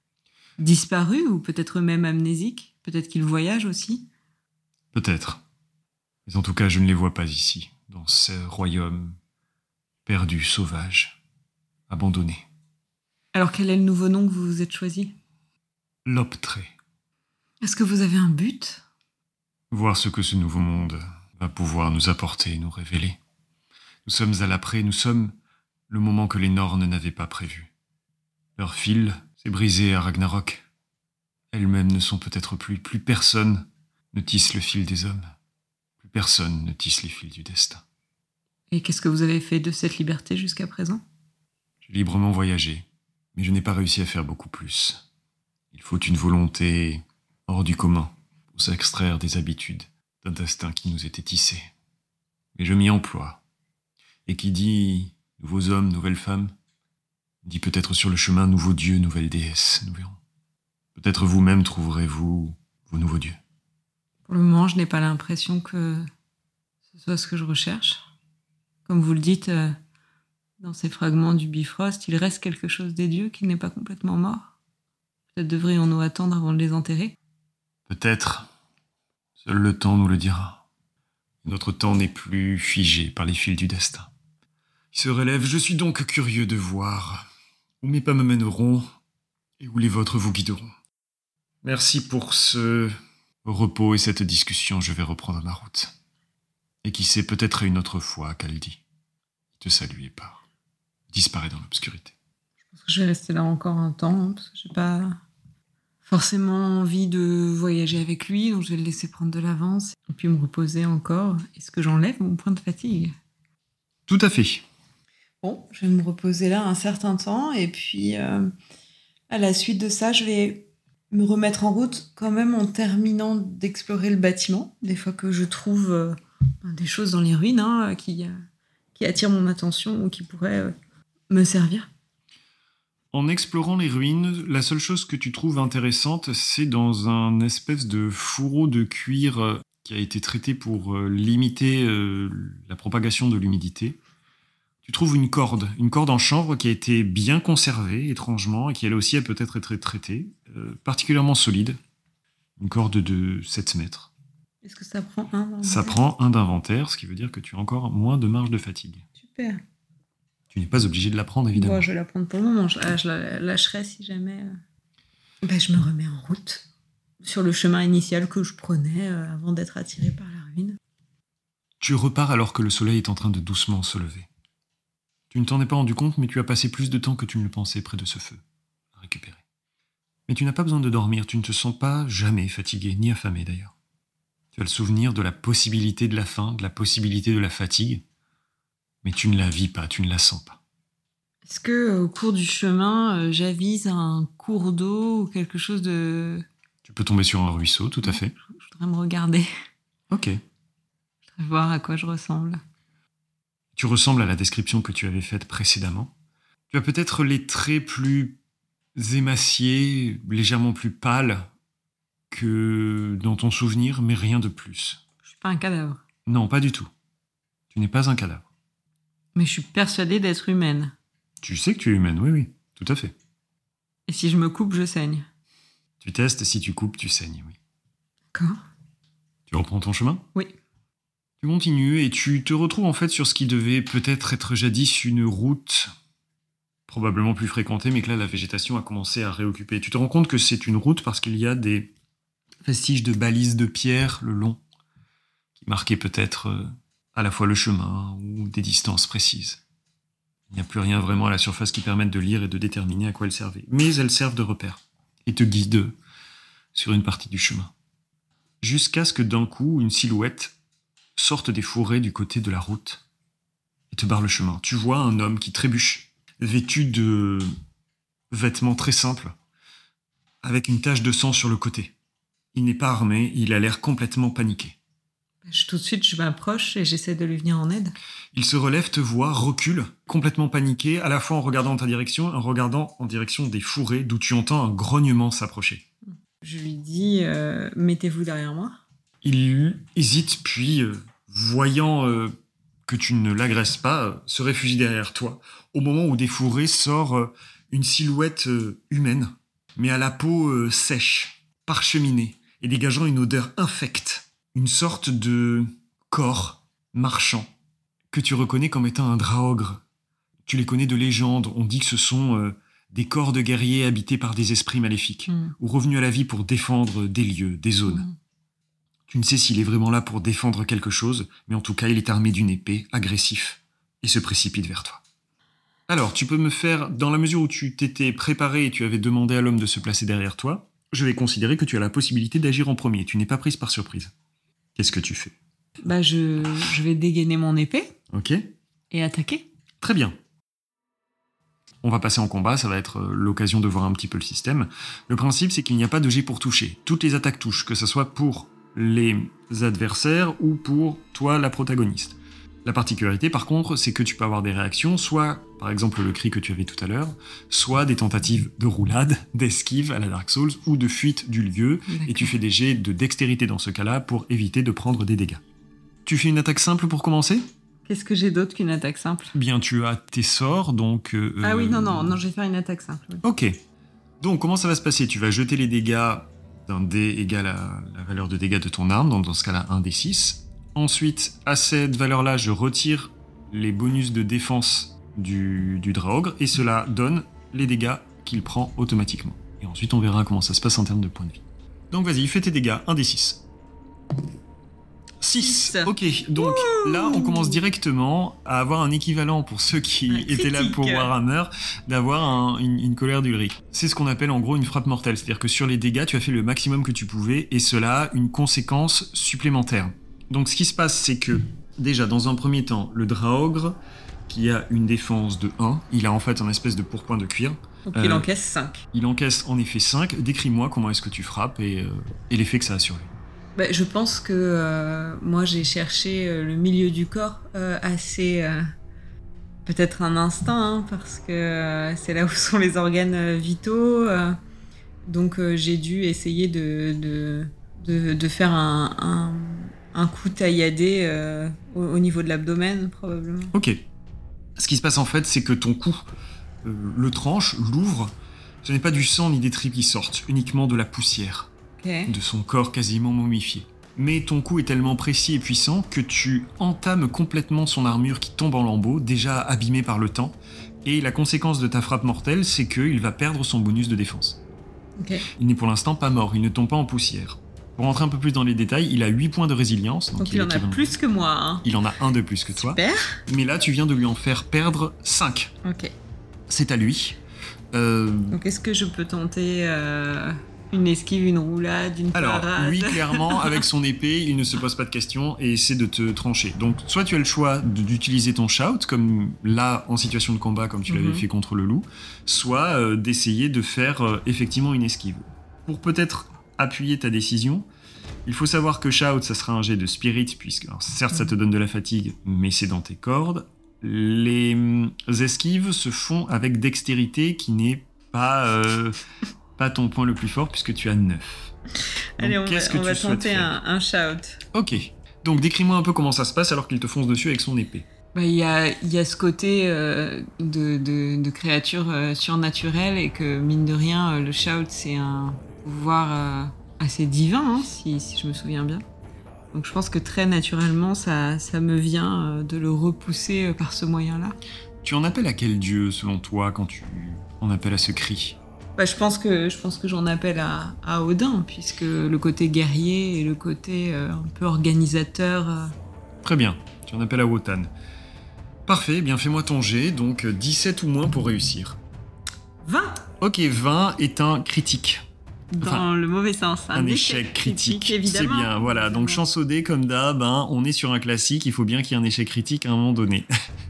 disparus ou peut-être même amnésiques. Peut-être qu'ils voyagent aussi. Peut-être. Mais en tout cas, je ne les vois pas ici, dans ce royaume perdu, sauvage, abandonné. Alors quel est le nouveau nom que vous vous êtes choisi ? L'Optré. Est-ce que vous avez un but ? Voir ce que ce nouveau monde va pouvoir nous apporter, nous révéler. Nous sommes à l'après, nous sommes le moment que les Nornes n'avaient pas prévu. Leur fil s'est brisé à Ragnarok. Elles-mêmes ne sont peut-être plus. Plus personne ne tisse le fil des hommes. Plus personne ne tisse les fils du destin. Et qu'est-ce que vous avez fait de cette liberté jusqu'à présent ? J'ai librement voyagé, mais je n'ai pas réussi à faire beaucoup plus. Il faut une volonté hors du commun pour s'extraire des habitudes d'un destin qui nous était tissé. Mais je m'y emploie. Et qui dit nouveaux hommes, nouvelles femmes, dit peut-être sur le chemin nouveaux dieux, nouvelles déesses, nous verrons. Peut-être vous-même trouverez-vous vos nouveaux dieux. Pour le moment, je n'ai pas l'impression que ce soit ce que je recherche. Comme vous le dites, euh, dans ces fragments du Bifrost, il reste quelque chose des dieux qui n'est pas complètement mort. Peut-être devrions-nous attendre avant de les enterrer. Peut-être. Seul le temps nous le dira. Notre temps n'est plus figé par les fils du destin. Il se relève. Je suis donc curieux de voir où mes pas me mèneront et où les vôtres vous guideront. Merci pour ce repos et cette discussion, je vais reprendre ma route. Et qui sait, peut-être une autre fois, Kaldi. Il te salue et part. Disparaît dans l'obscurité. Je pense que je vais rester là encore un temps, hein, parce que j'ai pas forcément envie de voyager avec lui, donc je vais le laisser prendre de l'avance, et puis me reposer encore. Est-ce que j'enlève mon point de fatigue ? Tout à fait. Bon, je vais me reposer là un certain temps, et puis euh, à la suite de ça, je vais me remettre en route quand même en terminant d'explorer le bâtiment. Des fois que je trouve euh, des choses dans les ruines hein, qui, euh, qui attirent mon attention ou qui pourraient euh, me servir. En explorant les ruines, la seule chose que tu trouves intéressante, c'est dans un espèce de fourreau de cuir euh, qui a été traité pour euh, limiter euh, la propagation de l'humidité. Tu trouves une corde, une corde en chanvre qui a été bien conservée, étrangement, et qui elle aussi a peut-être été traitée, euh, particulièrement solide. Une corde de sept mètres. Est-ce que ça prend un d'inventaire ? Ça prend un d'inventaire, ce qui veut dire que tu as encore moins de marge de fatigue. Super. Tu n'es pas obligé de la prendre, évidemment. Bon, je vais la prendre pour le moment. Je, je la lâcherai si jamais... Euh... Ben, je me remets en route. Sur le chemin initial que je prenais euh, avant d'être attiré par la ruine. Tu repars alors que le soleil est en train de doucement se lever. Tu ne t'en es pas rendu compte, mais tu as passé plus de temps que tu ne le pensais près de ce feu, à récupérer. Mais tu n'as pas besoin de dormir, tu ne te sens pas jamais fatigué, ni affamé d'ailleurs. Tu as le souvenir de la possibilité de la faim, de la possibilité de la fatigue, mais tu ne la vis pas, tu ne la sens pas. Est-ce que au cours du chemin, euh, j'avise un cours d'eau ou quelque chose de... Tu peux tomber sur un ruisseau, tout à fait. Je voudrais me regarder. Ok. Je voudrais voir à quoi je ressemble. Tu ressembles à la description que tu avais faite précédemment. Tu as peut-être les traits plus émaciés, légèrement plus pâles que dans ton souvenir, mais rien de plus. Je suis pas un cadavre. Non, pas du tout. Tu n'es pas un cadavre. Mais je suis persuadée d'être humaine. Tu sais que tu es humaine, oui, oui, tout à fait. Et si je me coupe, je saigne. Tu testes, si tu coupes, tu saignes, oui. D'accord. Tu reprends ton chemin ? Oui. Tu continues et tu te retrouves en fait sur ce qui devait peut-être être jadis une route probablement plus fréquentée, mais que là la végétation a commencé à réoccuper. Tu te rends compte que c'est une route parce qu'il y a des vestiges de balises de pierre le long, qui marquaient peut-être à la fois le chemin ou des distances précises. Il n'y a plus rien vraiment à la surface qui permette de lire et de déterminer à quoi elles servaient. Mais elles servent de repère et te guident sur une partie du chemin. Jusqu'à ce que d'un coup, une silhouette sortent des fourrés du côté de la route et te barrent le chemin. Tu vois un homme qui trébuche, vêtu de vêtements très simples, avec une tache de sang sur le côté. Il n'est pas armé, il a l'air complètement paniqué. Je, tout de suite, je m'approche et j'essaie de lui venir en aide. Il se relève, te voit, recule, complètement paniqué, à la fois en regardant en ta direction et en regardant en direction des fourrés d'où tu entends un grognement s'approcher. Je lui dis euh, « Mettez-vous derrière moi ». Il hésite, puis, euh, voyant euh, que tu ne l'agresses pas, euh, se réfugie derrière toi, au moment où des fourrés sort euh, une silhouette euh, humaine, mais à la peau euh, sèche, parcheminée, et dégageant une odeur infecte, une sorte de corps marchand, que tu reconnais comme étant un draogre. Tu les connais de légende, on dit que ce sont euh, des corps de guerriers habités par des esprits maléfiques, mmh. ou revenus à la vie pour défendre des lieux, des zones. Mmh. Tu ne sais s'il est vraiment là pour défendre quelque chose, mais en tout cas, il est armé d'une épée, agressif, et se précipite vers toi. Alors, tu peux me faire, dans la mesure où tu t'étais préparé et tu avais demandé à l'homme de se placer derrière toi, je vais considérer que tu as la possibilité d'agir en premier. Tu n'es pas prise par surprise. Qu'est-ce que tu fais ? Bah, je, je vais dégainer mon épée. Ok. Et attaquer. Très bien. On va passer en combat, ça va être l'occasion de voir un petit peu le système. Le principe, c'est qu'il n'y a pas de jet pour toucher. Toutes les attaques touchent, que ce soit pour les adversaires ou pour toi, la protagoniste. La particularité, par contre, c'est que tu peux avoir des réactions, soit, par exemple, le cri que tu avais tout à l'heure, soit des tentatives de roulade, d'esquive à la Dark Souls, ou de fuite du lieu, D'accord. Et tu fais des jets de dextérité dans ce cas-là pour éviter de prendre des dégâts. Tu fais une attaque simple pour commencer ? Qu'est-ce que j'ai d'autre qu'une attaque simple ? Bien, tu as tes sorts, donc... Euh, ah oui, non, non, non, je vais faire une attaque simple. Oui. Ok. Donc, comment ça va se passer ? Tu vas jeter les dégâts d'un dé égal à la valeur de dégâts de ton arme, donc dans ce cas-là, un dé six. Ensuite, à cette valeur-là, je retire les bonus de défense du, du Draogre, et cela donne les dégâts qu'il prend automatiquement. Et ensuite, on verra comment ça se passe en termes de points de vie. Donc vas-y, fais tes dégâts. un des six. six. Ok, donc Ouh là, on commence directement à avoir un équivalent pour ceux qui un étaient critique. Là pour Warhammer, d'avoir un, une, une colère d'Ulrich. C'est ce qu'on appelle en gros une frappe mortelle. C'est-à-dire que sur les dégâts, tu as fait le maximum que tu pouvais, et cela a une conséquence supplémentaire. Donc ce qui se passe, c'est que, déjà, dans un premier temps, le Draogre, qui a une défense de un, il a en fait un espèce de pourpoint de cuir. Donc euh, il encaisse cinq. Il encaisse en effet cinq. Décris-moi comment est-ce que tu frappes et, euh, et l'effet que ça a sur lui. Bah, je pense que euh, moi j'ai cherché euh, le milieu du corps euh, assez... Euh, peut-être un instinct, hein, parce que euh, c'est là où sont les organes euh, vitaux. Euh, donc euh, j'ai dû essayer de, de, de, de faire un, un, un coup tailladé euh, au, au niveau de l'abdomen, probablement. Ok. Ce qui se passe en fait, c'est que ton coup euh, le tranche, l'ouvre. Ce n'est pas du sang ni des tripes qui sortent, uniquement de la poussière. Okay. De son corps quasiment momifié. Mais ton coup est tellement précis et puissant que tu entames complètement son armure qui tombe en lambeaux, déjà abîmée par le temps, et la conséquence de ta frappe mortelle, c'est qu'il va perdre son bonus de défense. Okay. Il n'est pour l'instant pas mort, il ne tombe pas en poussière. Pour rentrer un peu plus dans les détails, il a huit points de résilience. Donc, donc il, il en a plus que moi. Hein. Il en a un de plus que toi. Super. Mais là, tu viens de lui en faire perdre cinq. Ok. C'est à lui. Euh... Donc est-ce que je peux tenter... Euh... Une esquive, une roulade, une Alors, parade. Alors, oui, clairement, avec son épée, il ne se pose pas de questions et essaie de te trancher. Donc, soit tu as le choix de, d'utiliser ton shout, comme là, en situation de combat, comme tu mm-hmm. l'avais fait contre le loup, soit euh, d'essayer de faire euh, effectivement une esquive. Pour peut-être appuyer ta décision, il faut savoir que shout, ça sera un jet de spirit, puisque, alors, certes, mm-hmm. ça te donne de la fatigue, mais c'est dans tes cordes. Les euh, esquives se font avec dextérité, qui n'est pas... Euh, pas ton point le plus fort puisque tu as neuf. Allez, donc, on va, on va tenter un, un shout. Ok. Donc décris-moi un peu comment ça se passe alors qu'il te fonce dessus avec son épée. Bah, y a, y a ce côté euh, de, de, de créature euh, surnaturelle et que mine de rien, euh, le shout c'est un pouvoir euh, assez divin, hein, si, si je me souviens bien. Donc je pense que très naturellement, ça, ça me vient euh, de le repousser euh, par ce moyen-là. Tu en appelles à quel dieu selon toi quand tu en appelles à ce cri ? Bah, je pense que je pense que j'en appelle à, à Odin, puisque le côté guerrier et le côté euh, un peu organisateur. Euh... Très bien, tu en appelles à Wotan. Parfait, bien fais-moi ton jet, donc dix-sept ou moins pour réussir. vingt. Ok, vingt est un critique. Dans enfin, le mauvais sens. Un, un échec, échec critique, critique évidemment. C'est bien, voilà. Donc chance au dé, comme d'hab, hein, on est sur un classique, il faut bien qu'il y ait un échec critique à un moment donné.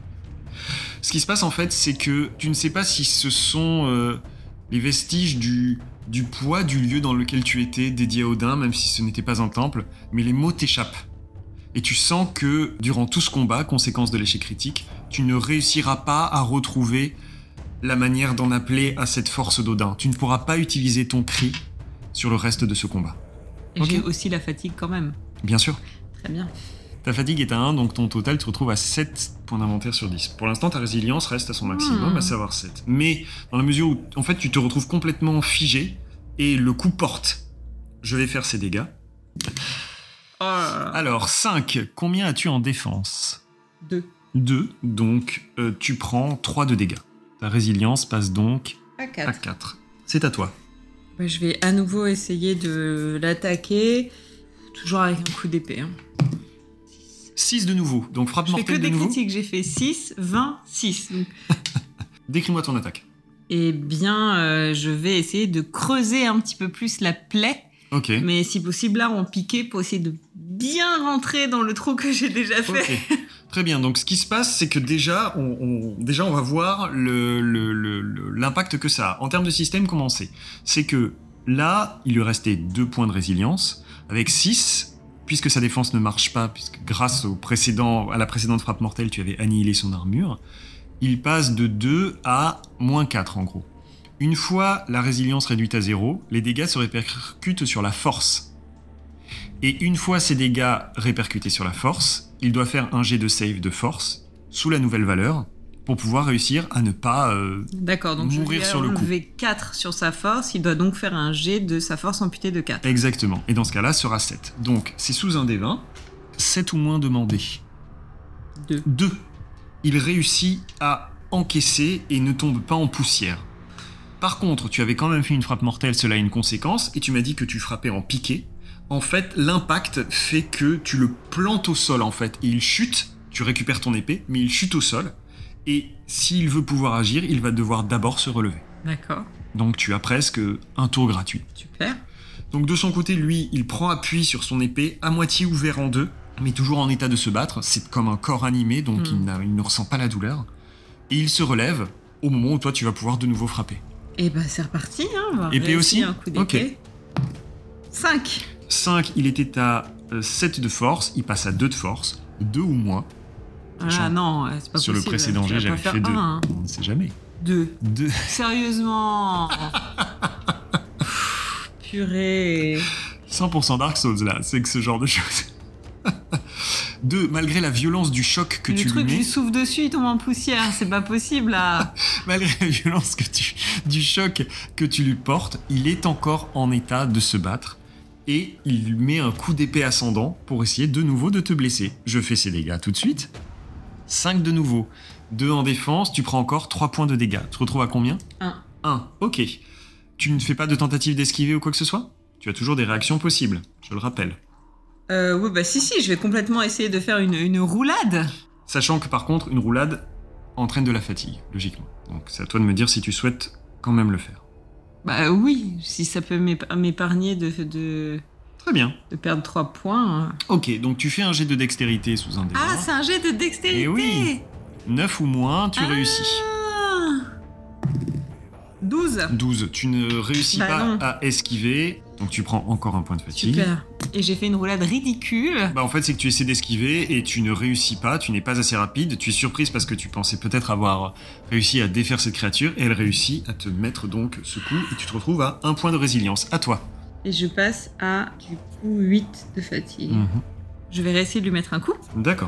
Ce qui se passe en fait, c'est que tu ne sais pas si ce sont... Euh, les vestiges du, du poids du lieu dans lequel tu étais, dédié à Odin, même si ce n'était pas un temple, mais les mots t'échappent. Et tu sens que, durant tout ce combat, conséquence de l'échec critique, tu ne réussiras pas à retrouver la manière d'en appeler à cette force d'Odin. Tu ne pourras pas utiliser ton cri sur le reste de ce combat. Et okay. J'ai aussi la fatigue quand même. Bien sûr. Très bien. Ta fatigue est à un, donc ton total te retrouve à sept points d'inventaire sur dix. Pour l'instant, ta résilience reste à son maximum, mmh. à savoir sept. Mais dans la mesure où, en fait, tu te retrouves complètement figé et le coup porte. Je vais faire ces dégâts. Oh là là. Alors, cinq. Combien as-tu en défense ? deux. deux, donc euh, tu prends trois de dégâts. Ta résilience passe donc à quatre. À quatre. C'est à toi. Bah, je vais à nouveau essayer de l'attaquer, toujours avec un coup d'épée. Hein. six de nouveau, donc frappe mortelle de nouveau. Je fais que des critiques, j'ai fait six, vingt, six. Donc... Décris-moi ton attaque. Eh bien, euh, je vais essayer de creuser un petit peu plus la plaie. Ok. Mais si possible, là, en piquer pour essayer de bien rentrer dans le trou que j'ai déjà fait. Okay. Très bien, donc ce qui se passe, c'est que déjà, on, on, déjà, on va voir le, le, le, le, l'impact que ça a. En termes de système, comment c'est ? C'est que là, il lui restait deux points de résilience, avec six... Puisque sa défense ne marche pas, puisque grâce au précédent, à la précédente frappe mortelle, tu avais annihilé son armure, il passe de deux à moins quatre en gros. Une fois la résilience réduite à zéro, les dégâts se répercutent sur la force. Et une fois ces dégâts répercutés sur la force, il doit faire un jet de save de force, sous la nouvelle valeur, pour pouvoir réussir à ne pas euh, D'accord, donc mourir sur le coup. Je vais quatre sur sa force, il doit donc faire un jet de sa force amputée de quatre. Exactement, et dans ce cas-là, sera sept. Donc, c'est sous un des vingt, sept ou moins demandé. deux. deux. Il réussit à encaisser et ne tombe pas en poussière. Par contre, tu avais quand même fait une frappe mortelle, cela a une conséquence, et tu m'as dit que tu frappais en piqué. En fait, l'impact fait que tu le plantes au sol, en fait, et il chute, tu récupères ton épée, mais il chute au sol, et s'il veut pouvoir agir, il va devoir d'abord se relever. D'accord. Donc tu as presque un tour gratuit. Super. Donc de son côté, lui, il prend appui sur son épée, à moitié ouvert en deux, mais toujours en état de se battre. C'est comme un corps animé, donc Mm. il, n'a- il ne ressent pas la douleur. Et il se relève au moment où toi, tu vas pouvoir de nouveau frapper. Et bah c'est reparti, hein. On va Épée réussir aussi un coup d'épée. cinq. cinq, il était à euh, sept de force, il passe à deux de force, deux ou moins. Ah Sachant non, c'est pas Sur possible. le précédent Tu jet, vas j'avais pas faire fait deux. un, hein. On ne sait jamais. Deux. Deux. Sérieusement. Purée. cent pour cent Dark Souls, là, c'est que ce genre de choses. Deux, malgré la violence du choc que Le tu lui truc, je mets, lui souffle dessus, il tombe en poussière. C'est pas possible, là. malgré la violence que tu, du choc que tu lui portes, il est encore en état de se battre et il met un coup d'épée ascendant pour essayer de nouveau de te blesser. Je fais ses dégâts tout de suite. cinq de nouveau. deux en défense, tu prends encore trois points de dégâts. Tu te retrouves à combien ? Un. un. Ok. Tu ne fais pas de tentative d'esquiver ou quoi que ce soit ? Tu as toujours des réactions possibles, je le rappelle. Euh, oui, bah si, si, je vais complètement essayer de faire une, une roulade. Sachant que par contre, une roulade entraîne de la fatigue, logiquement. Donc c'est à toi de me dire si tu souhaites quand même le faire. Bah oui, si ça peut m'ép- m'épargner de, de, Très bien. de perdre trois points. hein. Ok, donc tu fais un jet de dextérité sous un dé. Ah, c'est un jet de dextérité. Eh oui. neuf ou moins, tu Ah. réussis. douze. douze, tu ne réussis Bah pas non. à esquiver, donc tu prends encore un point de fatigue. Super. Et j'ai fait une roulade ridicule. Bah en fait, c'est que tu essaies d'esquiver et tu ne réussis pas, tu n'es pas assez rapide, tu es surprise parce que tu pensais peut-être avoir réussi à défaire cette créature et elle réussit à te mettre donc ce coup et tu te retrouves à un point de résilience. À toi. Et je passe à, du coup, huit de fatigue. Mhm. Je vais réessayer de lui mettre un coup. D'accord.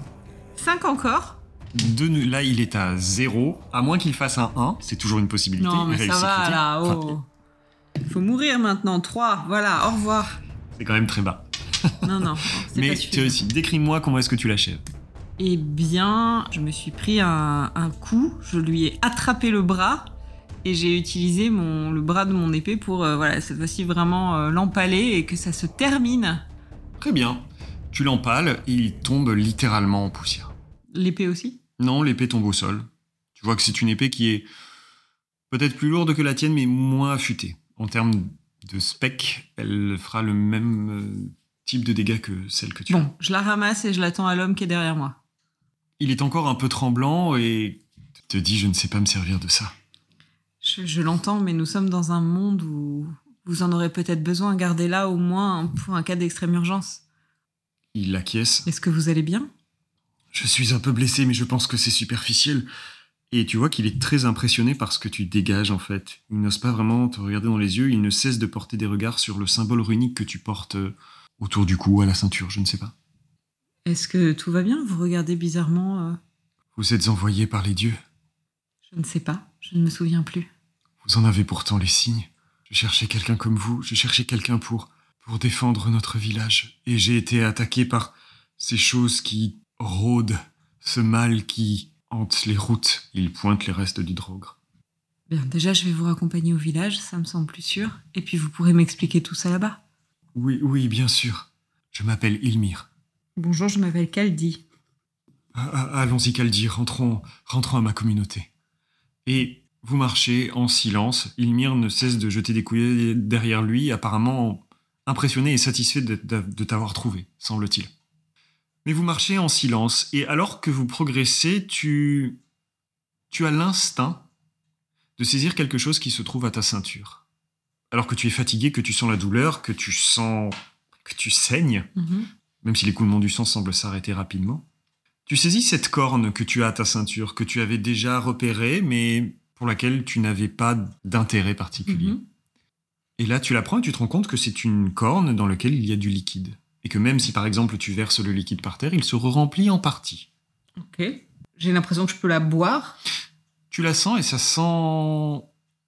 cinq encore. De nu- là, il est à zéro, à moins qu'il fasse un un, c'est toujours une possibilité. Non, mais ça Réussite va, critique. là. Enfin, Oh. Faut mourir maintenant. trois. Voilà, au revoir. c'est quand même très bas. Non, non, c'est Mais pas tu suffisant. réussis. Décris-moi comment est-ce que tu l'achèves. Eh bien, je me suis pris un, un coup, je lui ai attrapé le bras et j'ai utilisé mon, le bras de mon épée pour, euh, voilà, cette fois-ci vraiment euh, l'empaler et que ça se termine. Très bien. Tu l'empales et il tombe littéralement en poussière. L'épée aussi ? Non, l'épée tombe au sol. Tu vois que c'est une épée qui est peut-être plus lourde que la tienne, mais moins affûtée. En termes de spec, elle fera le même euh, type de dégâts que celle que tu as. Bon, je la ramasse et je la tends à l'homme qui est derrière moi. Il est encore un peu tremblant et te dit « Je ne sais pas me servir de ça ». Je, je l'entends, mais nous sommes dans un monde où vous en aurez peut-être besoin. Gardez-la au moins pour un cas d'extrême urgence. Il acquiesce. Est-ce que vous allez bien ? Je suis un peu blessé, mais je pense que c'est superficiel. Et tu vois qu'il est très impressionné par ce que tu dégages, en fait. Il n'ose pas vraiment te regarder dans les yeux, il ne cesse de porter des regards sur le symbole runique que tu portes euh, autour du cou, à la ceinture, je ne sais pas. Est-ce que tout va bien ? Vous regardez bizarrement euh, Vous êtes envoyé par les dieux. Je ne sais pas, je ne me souviens plus. Vous en avez pourtant les signes. Je cherchais quelqu'un comme vous, je cherchais quelqu'un pour, pour défendre notre village. Et j'ai été attaqué par ces choses qui rôdent, ce mal qui hante les routes. Il pointe les restes du drogre. Bien, déjà, je vais vous raccompagner au village, ça me semble plus sûr. Et puis, vous pourrez m'expliquer tout ça là-bas. Oui, oui, bien sûr. Je m'appelle Ilmir. Bonjour, je m'appelle Kaldi. Ah, ah, allons-y, Kaldi, rentrons, rentrons à ma communauté. Et vous marchez en silence. Ilmir ne cesse de jeter des couillets derrière lui, apparemment impressionné et satisfait de, de, de t'avoir trouvé, semble-t-il. Mais vous marchez en silence, et alors que vous progressez, tu, tu as l'instinct de saisir quelque chose qui se trouve à ta ceinture. Alors que tu es fatigué, que tu sens la douleur, que tu sens que tu saignes, Mm-hmm. même si l'écoulement du sang semble s'arrêter rapidement, tu saisis cette corne que tu as à ta ceinture, que tu avais déjà repérée, mais pour laquelle tu n'avais pas d'intérêt particulier. Mm-hmm. Et là, tu la prends et tu te rends compte que c'est une corne dans laquelle il y a du liquide. Et que même si, par exemple, tu verses le liquide par terre, il se remplit en partie. Ok. J'ai l'impression que je peux la boire. Tu la sens et ça sent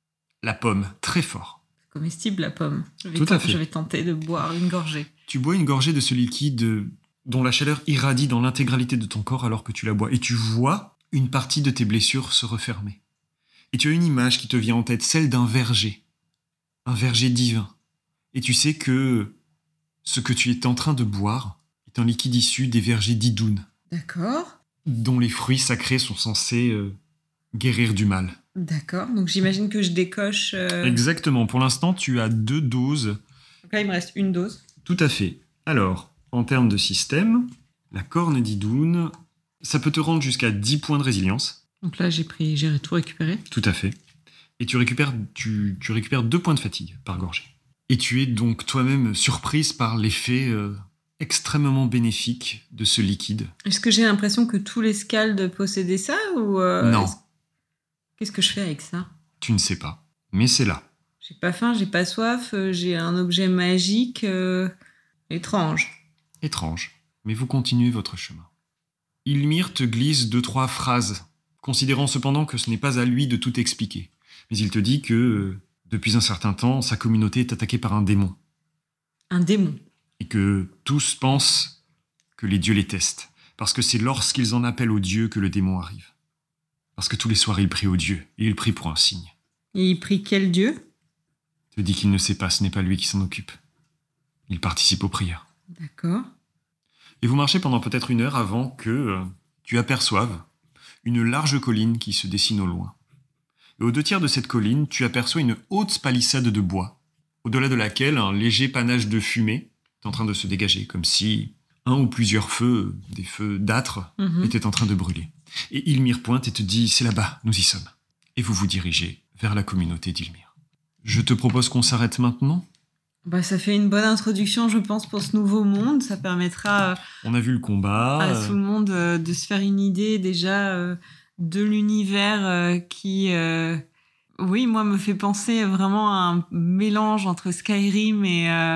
la pomme très fort. C'est comestible, la pomme. Je vais Tout à tenter- fait. Je vais tenter de boire une gorgée. Tu bois une gorgée de ce liquide dont la chaleur irradie dans l'intégralité de ton corps alors que tu la bois. Et tu vois une partie de tes blessures se refermer. Et tu as une image qui te vient en tête, celle d'un verger. Un verger divin. Et tu sais que ce que tu es en train de boire est un liquide issu des vergers d'Idun. D'accord. Dont les fruits sacrés sont censés euh, guérir du mal. D'accord, donc j'imagine que je décoche... Euh... Exactement, pour l'instant tu as deux doses. Donc là il me reste une dose. Tout à fait. Alors, en termes de système, la corne d'Idun, ça peut te rendre jusqu'à dix points de résilience. Donc là j'ai pris, j'ai tout récupéré. Tout à fait. Et tu récupères, tu, tu récupères deux points de fatigue par gorgée. Et tu es donc toi-même surprise par l'effet euh, extrêmement bénéfique de ce liquide. Est-ce que j'ai l'impression que tous les scalds possédaient ça ou euh, Non. est-ce... Qu'est-ce que je fais avec ça? Tu ne sais pas, mais c'est là. J'ai pas faim, j'ai pas soif, euh, j'ai un objet magique euh, étrange. Étrange, mais vous continuez votre chemin. Ilmir te glisse deux, trois phrases, considérant cependant que ce n'est pas à lui de tout expliquer. Mais il te dit que, euh, depuis un certain temps, sa communauté est attaquée par un démon. Un démon? Et que tous pensent que les dieux les testent, parce que c'est lorsqu'ils en appellent aux dieux que le démon arrive. Parce que tous les soirs, il prie aux dieux, et il prie pour un signe. Et il prie quel dieu? Il te dit qu'il ne sait pas, ce n'est pas lui qui s'en occupe. Il participe aux prières. D'accord. Et vous marchez pendant peut-être une heure avant que euh, tu aperçoives une large colline qui se dessine au loin. Et aux deux tiers de cette colline, tu aperçois une haute palissade de bois, au-delà de laquelle un léger panache de fumée est en train de se dégager, comme si un ou plusieurs feux, des feux d'âtre, Mm-hmm. étaient en train de brûler. Et Ilmir pointe et te dit « C'est là-bas, nous y sommes ». Et vous vous dirigez vers la communauté d'Ilmir. Je te propose qu'on s'arrête maintenant. Bah, ça fait une bonne introduction, je pense, pour ce nouveau monde. Ça permettra euh, On a vu le combat. à euh, tout le monde euh, de se faire une idée déjà euh, de l'univers euh, qui, euh, oui, moi, me fait penser vraiment à un mélange entre Skyrim et, euh,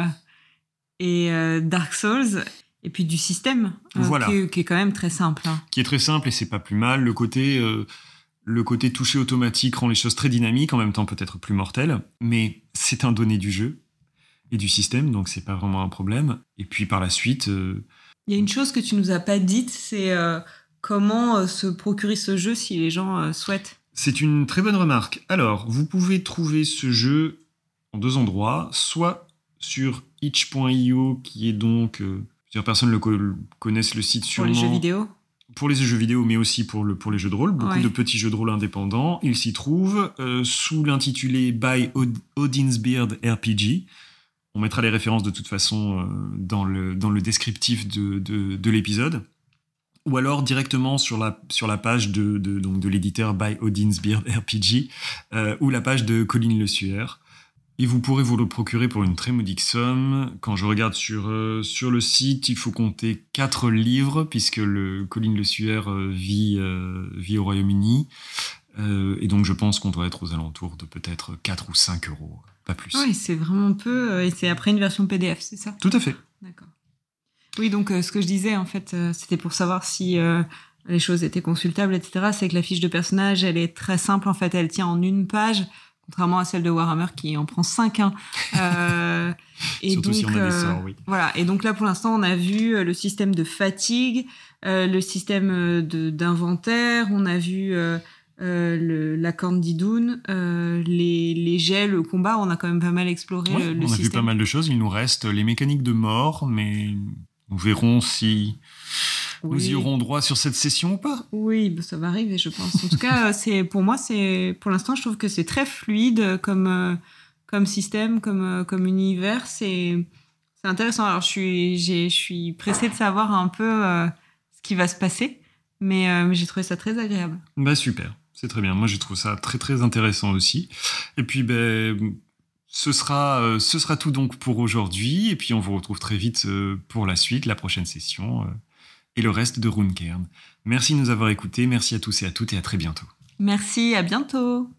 et euh, Dark Souls. Et puis du système, euh, Voilà. qui, est, qui est quand même très simple. Hein. qui est très simple et c'est pas plus mal. Le côté, euh, le côté toucher automatique rend les choses très dynamiques, en même temps peut-être plus mortel, mais c'est un donné du jeu et du système, donc c'est pas vraiment un problème. Et puis par la suite... euh, Il y a une chose que tu nous as pas dite, c'est euh, comment euh, se procurer ce jeu si les gens euh, souhaitent. C'est une très bonne remarque. Alors, vous pouvez trouver ce jeu en deux endroits, soit sur itch point io, qui est donc... Euh, plusieurs personnes le co- connaissent le site Pour sûrement. les jeux vidéo. Pour les jeux vidéo, mais aussi pour, le, pour les jeux de rôle. Beaucoup Ouais. de petits jeux de rôle indépendants. Il s'y trouve euh, sous l'intitulé By Od- Odin's Beard R P G. On mettra les références de toute façon euh, dans, le, dans le descriptif de, de, de l'épisode. Ou alors directement sur la, sur la page de, de, donc de l'éditeur By Odin's Beard R P G euh, ou la page de Colin Le Sueur. Et vous pourrez vous le procurer pour une très modique somme. Quand je regarde sur, euh, sur le site, il faut compter quatre livres, puisque le Colin Le Sueur euh, vit, euh, vit au Royaume-Uni. Euh, et donc je pense qu'on doit être aux alentours de peut-être quatre ou cinq euros, pas plus. Oui, c'est vraiment peu. euh, Et c'est après une version P D F, c'est ça? Tout à fait. D'accord. Oui, donc euh, ce que je disais, en fait, euh, c'était pour savoir si euh, les choses étaient consultables, et cetera. C'est que la fiche de personnage, elle est très simple. En fait, elle tient en une page, contrairement à celle de Warhammer qui en prend cinq. Hein. Euh, et Surtout donc, si on a des euh, sorts, oui. Voilà. Et donc là, pour l'instant, on a vu euh, le système de fatigue, euh, le système euh, de, d'inventaire, on a vu euh, euh, le, la corne d'Idun, euh, les, les jets, le combat. On a quand même pas mal exploré Ouais, le, le on a système. vu pas mal de choses. Il nous reste les mécaniques de mort, mais nous verrons si Oui. nous y aurons droit sur cette session ou pas. Oui, bah, ça va arriver, je pense. En tout cas, c'est pour moi, c'est pour l'instant, je trouve que c'est très fluide comme euh, comme système, comme euh, comme univers. C'est c'est intéressant. Alors, je suis j'ai je suis pressée de savoir un peu euh, ce qui va se passer, mais, euh, mais j'ai trouvé ça très agréable. Bah super, c'est très bien. Moi, je trouve ça très très intéressant aussi. Et puis, ben, ce sera euh, ce sera tout donc pour aujourd'hui. Et puis, on vous retrouve très vite euh, pour la suite, la prochaine session. Euh, et le reste de Runekern. Merci de nous avoir écoutés, merci à tous et à toutes et à très bientôt. Merci, à bientôt.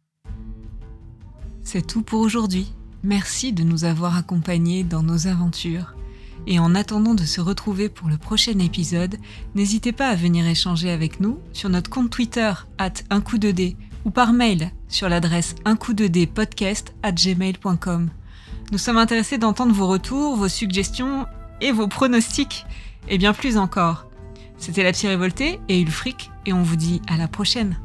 C'est tout pour aujourd'hui. Merci de nous avoir accompagnés dans nos aventures. Et en attendant de se retrouver pour le prochain épisode, n'hésitez pas à venir échanger avec nous sur notre compte Twitter arobase un coup de dé ou par mail sur l'adresse un coup de dé podcast arobase gmail point com. Nous sommes intéressés d'entendre vos retours, vos suggestions et vos pronostics. Et bien plus encore. C'était la Psy Révoltée et Ulfric, et on vous dit à la prochaine.